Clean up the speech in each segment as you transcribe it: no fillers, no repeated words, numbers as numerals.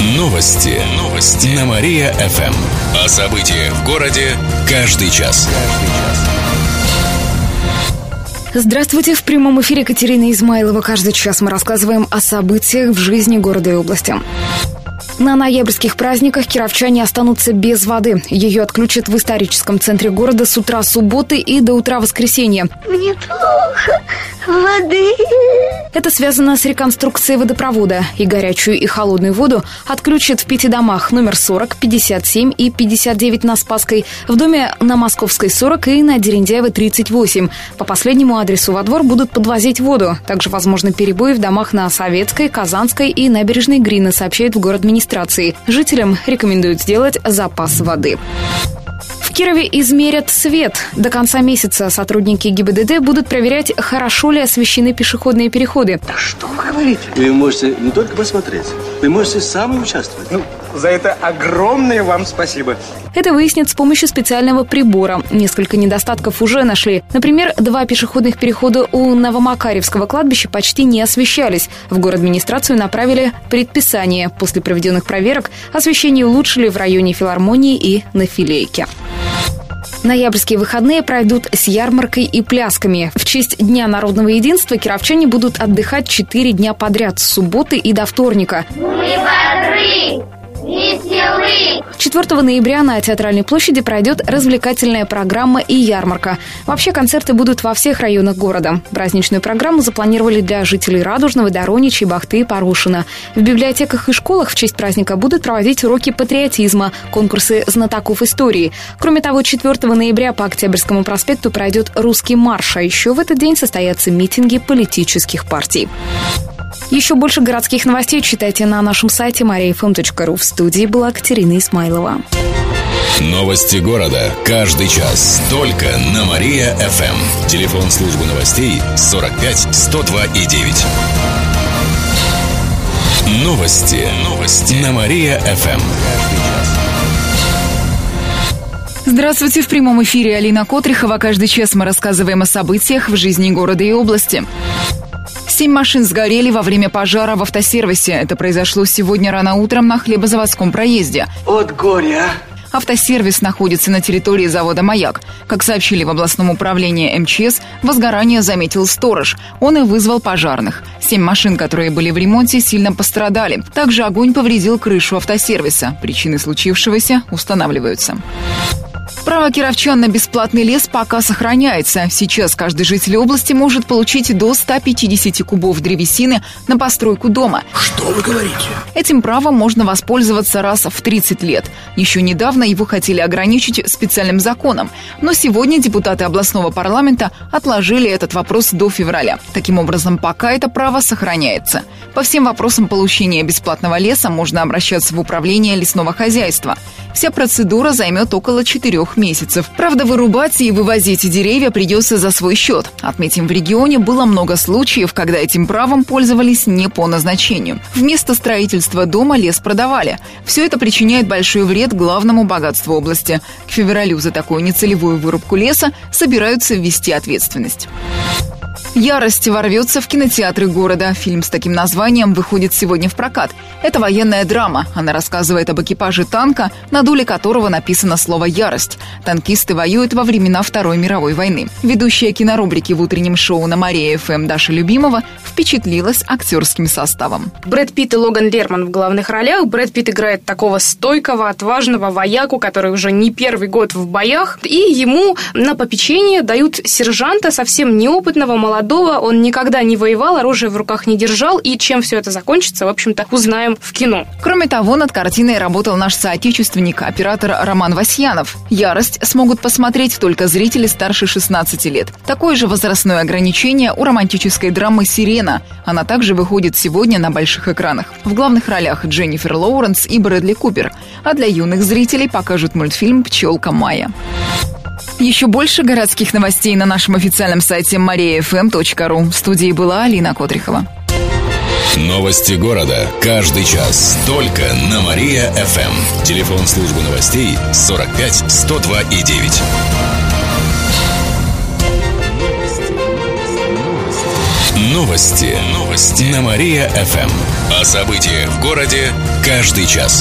Новости на Мария-ФМ. О событиях в городе каждый час. Здравствуйте, в прямом эфире Катерина Измайлова. Каждый час мы рассказываем о событиях в жизни города и области. На ноябрьских праздниках кировчане останутся без воды. Ее отключат в историческом центре города с утра субботы и до утра воскресенья. Мне плохо. Воды. Это связано с реконструкцией водопровода. И горячую, и холодную воду отключат в 5 домах: номер 40, 57 и 59 на Спасской, в доме на Московской 40 и на Дерендяева 38. По последнему адресу во двор будут подвозить воду. Также возможны перебои в домах на Советской, Казанской и набережной Грина, сообщает в городадминистрации. Жителям рекомендуют сделать запас воды. В Кирове измерят свет. До конца месяца сотрудники ГИБДД будут проверять, хорошо ли освещены пешеходные переходы. Да что вы говорите? Вы можете не только посмотреть, вы можете сами участвовать. За это огромное вам спасибо. Это выяснят с помощью специального прибора. Несколько недостатков уже нашли. Например, 2 пешеходных перехода у Новомакаревского кладбища почти не освещались. В городадминистрацию направили предписание. После проведенных проверок освещение улучшили в районе филармонии и на Филейке. Ноябрьские выходные пройдут с ярмаркой и плясками. В честь Дня народного единства кировчане будут отдыхать 4 дня подряд, с субботы и до вторника. Мы бодры, веселы. 4 ноября на Театральной площади пройдет развлекательная программа и ярмарка. Вообще концерты будут во всех районах города. Праздничную программу запланировали для жителей Радужного, Дороничей, Бахты и Парушина. В библиотеках и школах в честь праздника будут проводить уроки патриотизма, конкурсы знатоков истории. Кроме того, 4 ноября по Октябрьскому проспекту пройдет русский марш, а еще в этот день состоятся митинги политических партий. Еще больше городских новостей читайте на нашем сайте mariafm.ru. В студии была Катерина Измайлова. Новости города каждый час. Только на Мария-ФМ. Телефон службы новостей 45 102 и 9. Новости на Мария-ФМ. Здравствуйте, в прямом эфире Алина Котрихова. Каждый час мы рассказываем о событиях в жизни города и области. 7 машин сгорели во время пожара в автосервисе. Это произошло сегодня рано утром на хлебозаводском проезде. От горя. Автосервис находится на территории завода «Маяк». Как сообщили в областном управлении МЧС, возгорание заметил сторож. Он и вызвал пожарных. 7 машин, которые были в ремонте, сильно пострадали. Также огонь повредил крышу автосервиса. Причины случившегося устанавливаются. Право кировчан на бесплатный лес пока сохраняется. Сейчас каждый житель области может получить до 150 кубов древесины на постройку дома. Что вы говорите? Этим правом можно воспользоваться раз в 30 лет. Еще недавно его хотели ограничить специальным законом. Но сегодня депутаты областного парламента отложили этот вопрос до февраля. Таким образом, пока это право сохраняется. По всем вопросам получения бесплатного леса можно обращаться в управление лесного хозяйства. Вся процедура займет около 4 месяцев. Правда, вырубать и вывозить деревья придется за свой счет. Отметим, в регионе было много случаев, когда этим правом пользовались не по назначению. Вместо строительства дома лес продавали. Все это причиняет большой вред главному богатству области. К февралю за такую нецелевую вырубку леса собираются ввести ответственность. «Ярость» ворвется в кинотеатры города. Фильм с таким названием выходит сегодня в прокат. Это военная драма. Она рассказывает об экипаже танка, на дуле которого написано слово «Ярость». Танкисты воюют во времена Второй мировой войны. Ведущая кинорубрики в утреннем шоу на Мария-ФМ Даша Любимова впечатлилась актерским составом. Брэд Питт и Логан Лерман в главных ролях. Брэд Питт играет такого стойкого, отважного вояку, который уже не первый год в боях. И ему на попечение дают сержанта, совсем неопытного, молодого. Он никогда не воевал, оружие в руках не держал. И чем все это закончится, в общем-то, узнаем в кино. Кроме того, над картиной работал наш соотечественник, оператор Роман Васьянов. «Ярость» смогут посмотреть только зрители старше 16 лет. Такое же возрастное ограничение у романтической драмы «Сирена». Она также выходит сегодня на больших экранах. В главных ролях Дженнифер Лоуренс и Брэдли Купер. А для юных зрителей покажут мультфильм «Пчелка Майя». Еще больше городских новостей на нашем официальном сайте mariafm.ru. В студии была Алина Котрихова. Новости города каждый час. Только на Мария-ФМ. Телефон службы новостей 45 102 и 9. Новости на Мария-ФМ. О событиях в городе каждый час.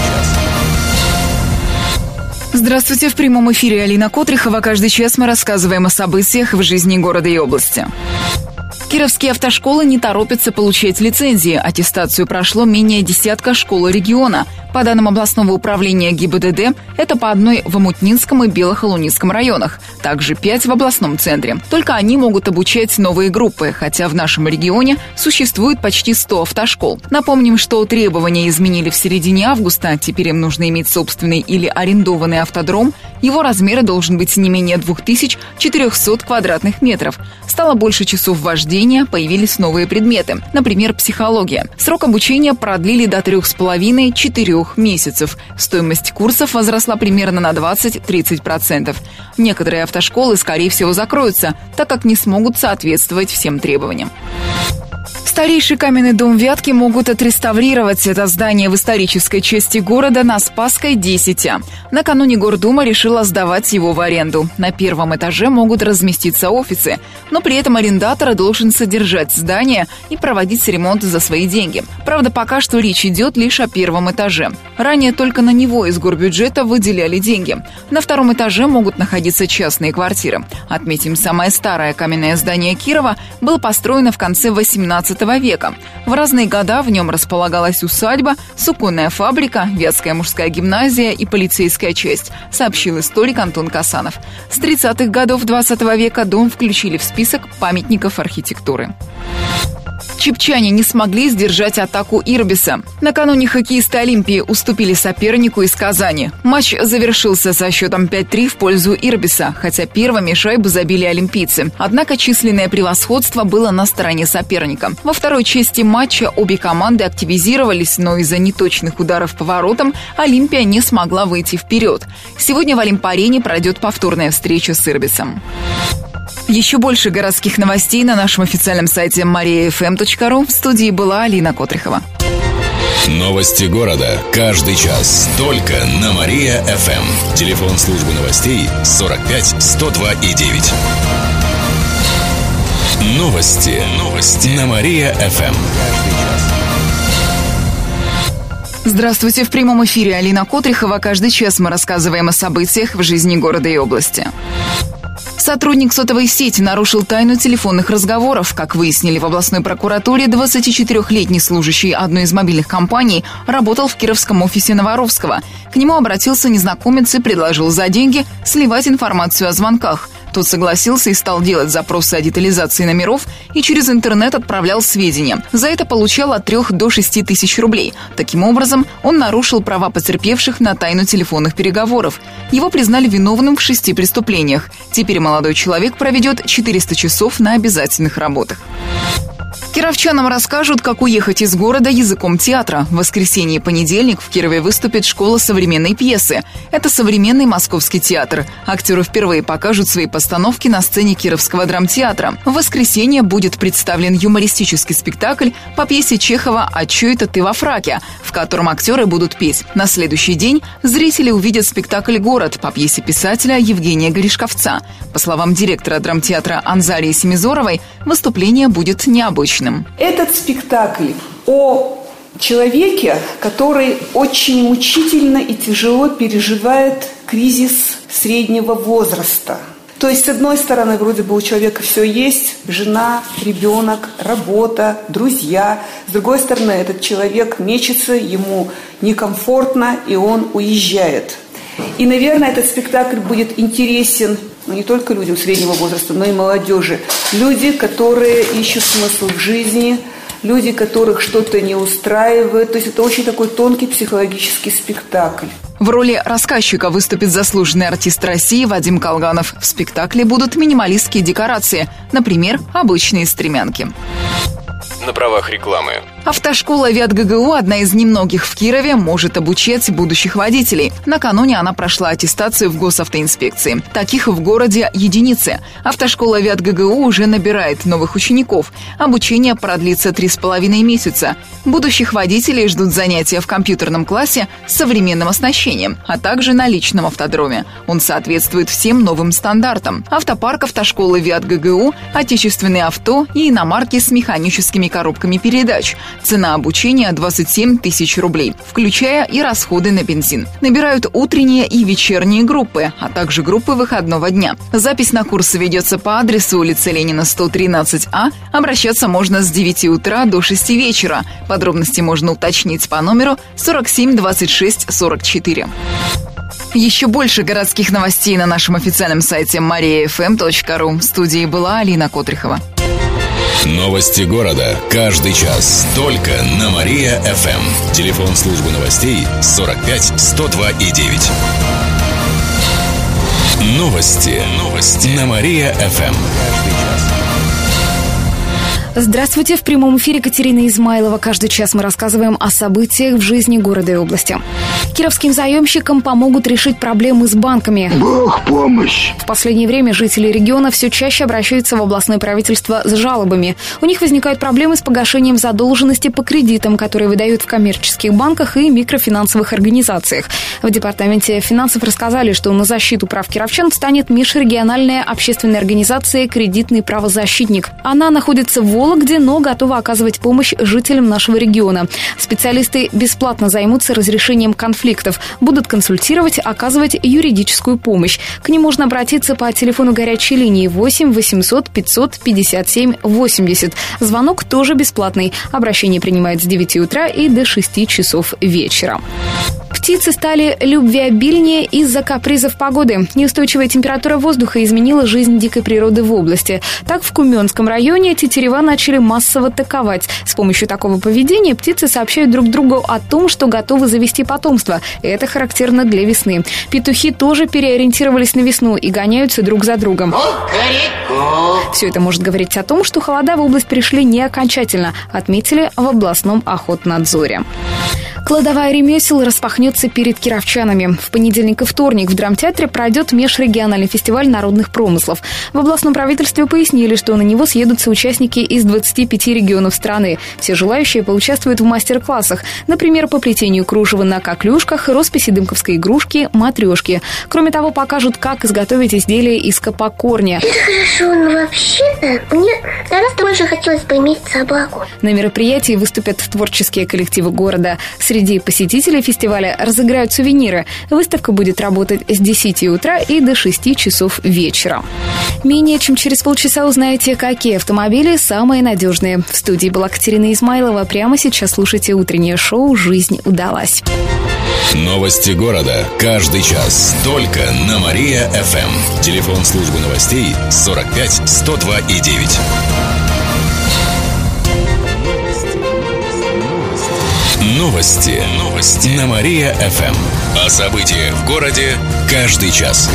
Здравствуйте, в прямом эфире Алина Котрихова. Каждый час мы рассказываем о событиях в жизни города и области. Кировские автошколы не торопятся получать лицензии. Аттестацию прошло менее десятка школ региона. По данным областного управления ГИБДД, это по одной в Омутнинском и Белохолунинском районах. Также 5 в областном центре. Только они могут обучать новые группы, хотя в нашем регионе существует почти 100 автошкол. Напомним, что требования изменили в середине августа. Теперь им нужно иметь собственный или арендованный автодром. Его размер должен быть не менее 2400 квадратных метров. Стало больше часов вождения, появились новые предметы. Например, психология. Срок обучения продлили до 3,5-4 месяцев. Стоимость курсов возросла примерно на 20-30%. Некоторые автошколы, скорее всего, закроются, так как не смогут соответствовать всем требованиям. Старейший каменный дом Вятки могут отреставрировать. Это здание в исторической части города на Спасской, 10А. Накануне Гордума решила сдавать его в аренду. На первом этаже могут разместиться офисы, но при этом арендатор должен содержать здание и проводить ремонт за свои деньги. Правда, пока что речь идет лишь о первом этаже. Ранее только на него из горбюджета выделяли деньги. На втором этаже могут находиться частные квартиры. Отметим, самое старое каменное здание Кирова было построено в конце 18 века. В разные года в нем располагалась усадьба, суконная фабрика, Вятская мужская гимназия и полицейская часть, сообщил историк Антон Касанов. С 30-х годов 20 века дом включили в список памятников архитектуры. Чепчане не смогли сдержать атаку Ирбиса. Накануне хоккеисты Олимпии уступили сопернику из Казани. Матч завершился со счетом 5-3 в пользу Ирбиса, хотя первыми шайбу забили олимпийцы. Однако численное превосходство было на стороне соперника. Во второй части матча обе команды активизировались, но из-за неточных ударов по воротам Олимпия не смогла выйти вперед. Сегодня в Олимп-арене пройдет повторная встреча с Ирбисом. Еще больше городских новостей на нашем официальном сайте mariafm.ru. В студии была Алина Котрихова. Новости города каждый час только на Мария-ФМ. Телефон службы новостей 45 102 и 9. Новости на Мария-ФМ. Здравствуйте, в прямом эфире Алина Котрихова. Каждый час мы рассказываем о событиях в жизни города и области. Сотрудник сотовой сети нарушил тайну телефонных разговоров. Как выяснили в областной прокуратуре, 24-летний служащий одной из мобильных компаний работал в кировском офисе Новоровского. К нему обратился незнакомец и предложил за деньги сливать информацию о звонках. Тот согласился и стал делать запросы о детализации номеров и через интернет отправлял сведения. За это получал от 3 до 6 тысяч рублей. Таким образом, он нарушил права потерпевших на тайну телефонных переговоров. Его признали виновным в 6 преступлениях. Теперь молодой человек проведет 400 часов на обязательных работах. Кировчанам расскажут, как уехать из города языком театра. В воскресенье и понедельник в Кирове выступит школа современной пьесы. Это современный московский театр. Актеры впервые покажут свои постановки на сцене Кировского драмтеатра. В воскресенье будет представлен юмористический спектакль по пьесе Чехова «А чё это ты во фраке?», в котором актеры будут петь. На следующий день зрители увидят спектакль «Город» по пьесе писателя Евгения Гришковца. По словам директора драмтеатра Анзарии Семизоровой, выступление будет необычным. Этот спектакль о человеке, который очень мучительно и тяжело переживает кризис среднего возраста. То есть, с одной стороны, вроде бы у человека все есть: жена, ребенок, работа, друзья. С другой стороны, этот человек мечется, ему некомфортно, и он уезжает. И, наверное, этот спектакль будет интересен не только людям среднего возраста, но и молодежи. Люди, которые ищут смысл в жизни, люди, которых что-то не устраивает. То есть это очень такой тонкий психологический спектакль. В роли рассказчика выступит заслуженный артист России Вадим Колганов. В спектакле будут минималистские декорации, например, обычные стремянки. на правах рекламы. Автошкола ВятГГУ, одна из немногих в Кирове, может обучать будущих водителей. Накануне она прошла аттестацию в госавтоинспекции. Таких в городе единицы. Автошкола ВятГГУ уже набирает новых учеников. Обучение продлится 3,5 месяца. Будущих водителей ждут занятия в компьютерном классе с современным оснащением, а также на личном автодроме. Он соответствует всем новым стандартам. Автопарк автошколы ВятГГУ, отечественные авто и иномарки с механическими коробками передач. Цена обучения 27 тысяч рублей, включая и расходы на бензин. Набирают утренние и вечерние группы, а также группы выходного дня. Запись на курсы ведется по адресу улица Ленина, 113А. Обращаться можно с 9 утра до 6 вечера. Подробности можно уточнить по номеру 47 26 44. Еще больше городских новостей на нашем официальном сайте mariafm.ru. В студии была Алина Котрихова. Новости города. Каждый час. Только на Мария-ФМ. Телефон службы новостей 45 102 и 9. Новости на Мария-ФМ. Здравствуйте. В прямом эфире Катерина Измайлова. Каждый час мы рассказываем о событиях в жизни города и области. Кировским заемщикам помогут решить проблемы с банками. Бог помощь! В последнее время жители региона все чаще обращаются в областное правительство с жалобами. У них возникают проблемы с погашением задолженности по кредитам, которые выдают в коммерческих банках и микрофинансовых организациях. В Департаменте финансов рассказали, что на защиту прав кировчан встанет межрегиональная общественная организация «Кредитный правозащитник». Она находится в Вологде, но готова оказывать помощь жителям нашего региона. Специалисты бесплатно займутся разрешением конфликтов, будут консультировать, оказывать юридическую помощь. К ним можно обратиться по телефону горячей линии 8 800 557 80. Звонок тоже бесплатный. Обращение принимают с 9 утра и до 6 часов вечера. Птицы стали любвеобильнее из-за капризов погоды. Неустойчивая температура воздуха изменила жизнь дикой природы в области. Так, в Куменском районе тетерева начали массово атаковать. С помощью такого поведения птицы сообщают друг другу о том, что готовы завести потомство. Это характерно для весны. Петухи тоже переориентировались на весну и гоняются друг за другом. Все это может говорить о том, что холода в область пришли не окончательно, отметили в областном охотнадзоре. Кладовая ремесел распахнется перед кировчанами. В понедельник и вторник в драмтеатре пройдет межрегиональный фестиваль народных промыслов. В областном правительстве пояснили, что на него съедутся участники из 25 регионов страны. Все желающие поучаствуют в мастер-классах. Например, по плетению кружева на коклюшках, росписи дымковской игрушки, матрешки. Кроме того, покажут, как изготовить изделия из капокорня. Это хорошо, но вообще-то мне гораздо больше хотелось бы иметь собаку. На мероприятии выступят творческие коллективы города. Среди посетителей фестиваля разыграют сувениры. Выставка будет работать с 10 утра и до 6 часов вечера. Менее чем через полчаса узнаете, какие автомобили самые надежные. В студии была Катерина Измайлова. Прямо сейчас слушайте утреннее шоу «Жизнь удалась». Новости города. Каждый час. Только на Мария-ФМ. Телефон службы новостей 45 102 и 9. Новости на Мария-ФМ. О событиях в городе каждый час.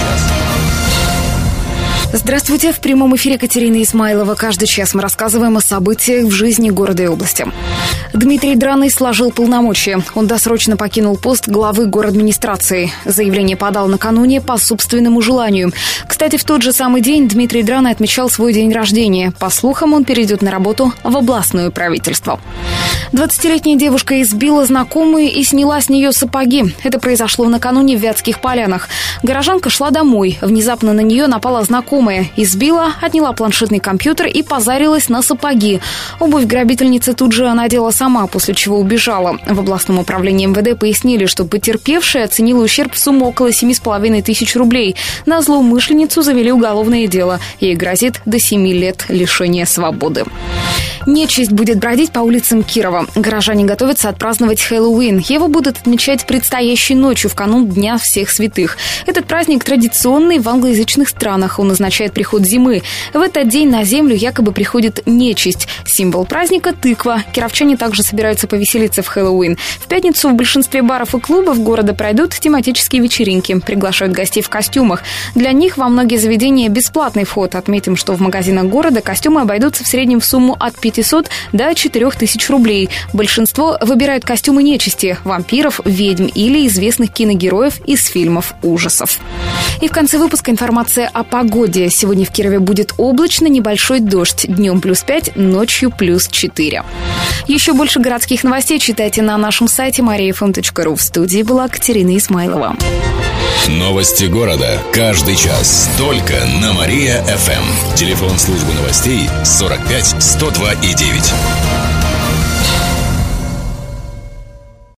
Здравствуйте. В прямом эфире Катерина Измайлова. Каждый час мы рассказываем о событиях в жизни города и области. Дмитрий Драный сложил полномочия. Он досрочно покинул пост главы горадминистрации. Заявление подал накануне по собственному желанию. Кстати, в тот же самый день Дмитрий Драный отмечал свой день рождения. По слухам, он перейдет на работу в областное правительство. 20-летняя девушка избила знакомую и сняла с нее сапоги. Это произошло накануне в Вятских Полянах. Горожанка шла домой. Внезапно на нее напала знакомая. Избила, отняла планшетный компьютер и позарилась на сапоги. Обувь грабительницы тут же надела сама, после чего убежала. В областном управлении МВД пояснили, что потерпевшая оценила ущерб в сумму около 7,5 тысяч рублей. На злоумышленницу завели уголовное дело. Ей грозит до 7 лет лишения свободы. Нечисть будет бродить по улицам Кирова. Кирова. Горожане готовятся отпраздновать Хэллоуин. Его будут отмечать предстоящей ночью в канун Дня всех святых. Этот праздник традиционный в англоязычных странах. Он означает приход зимы. В этот день на землю якобы приходит нечисть. Символ праздника – тыква. Кировчане также собираются повеселиться в Хэллоуин. В пятницу в большинстве баров и клубов города пройдут тематические вечеринки. Приглашают гостей в костюмах. Для них во многие заведения бесплатный вход. Отметим, что в магазинах города костюмы обойдутся в среднем в сумму от 500 до 4000 рублей. Большинство выбирают костюмы нечисти, вампиров, ведьм или известных киногероев из фильмов ужасов. И в конце выпуска информация о погоде. Сегодня в Кирове будет облачно, небольшой дождь. Днем +5, ночью +4. Еще больше городских новостей читайте на нашем сайте mariafm.ru. В студии была Катерина Исмайлова. Новости города. Каждый час. Только на Мария-ФМ. Телефон службы новостей 45 102 и 9.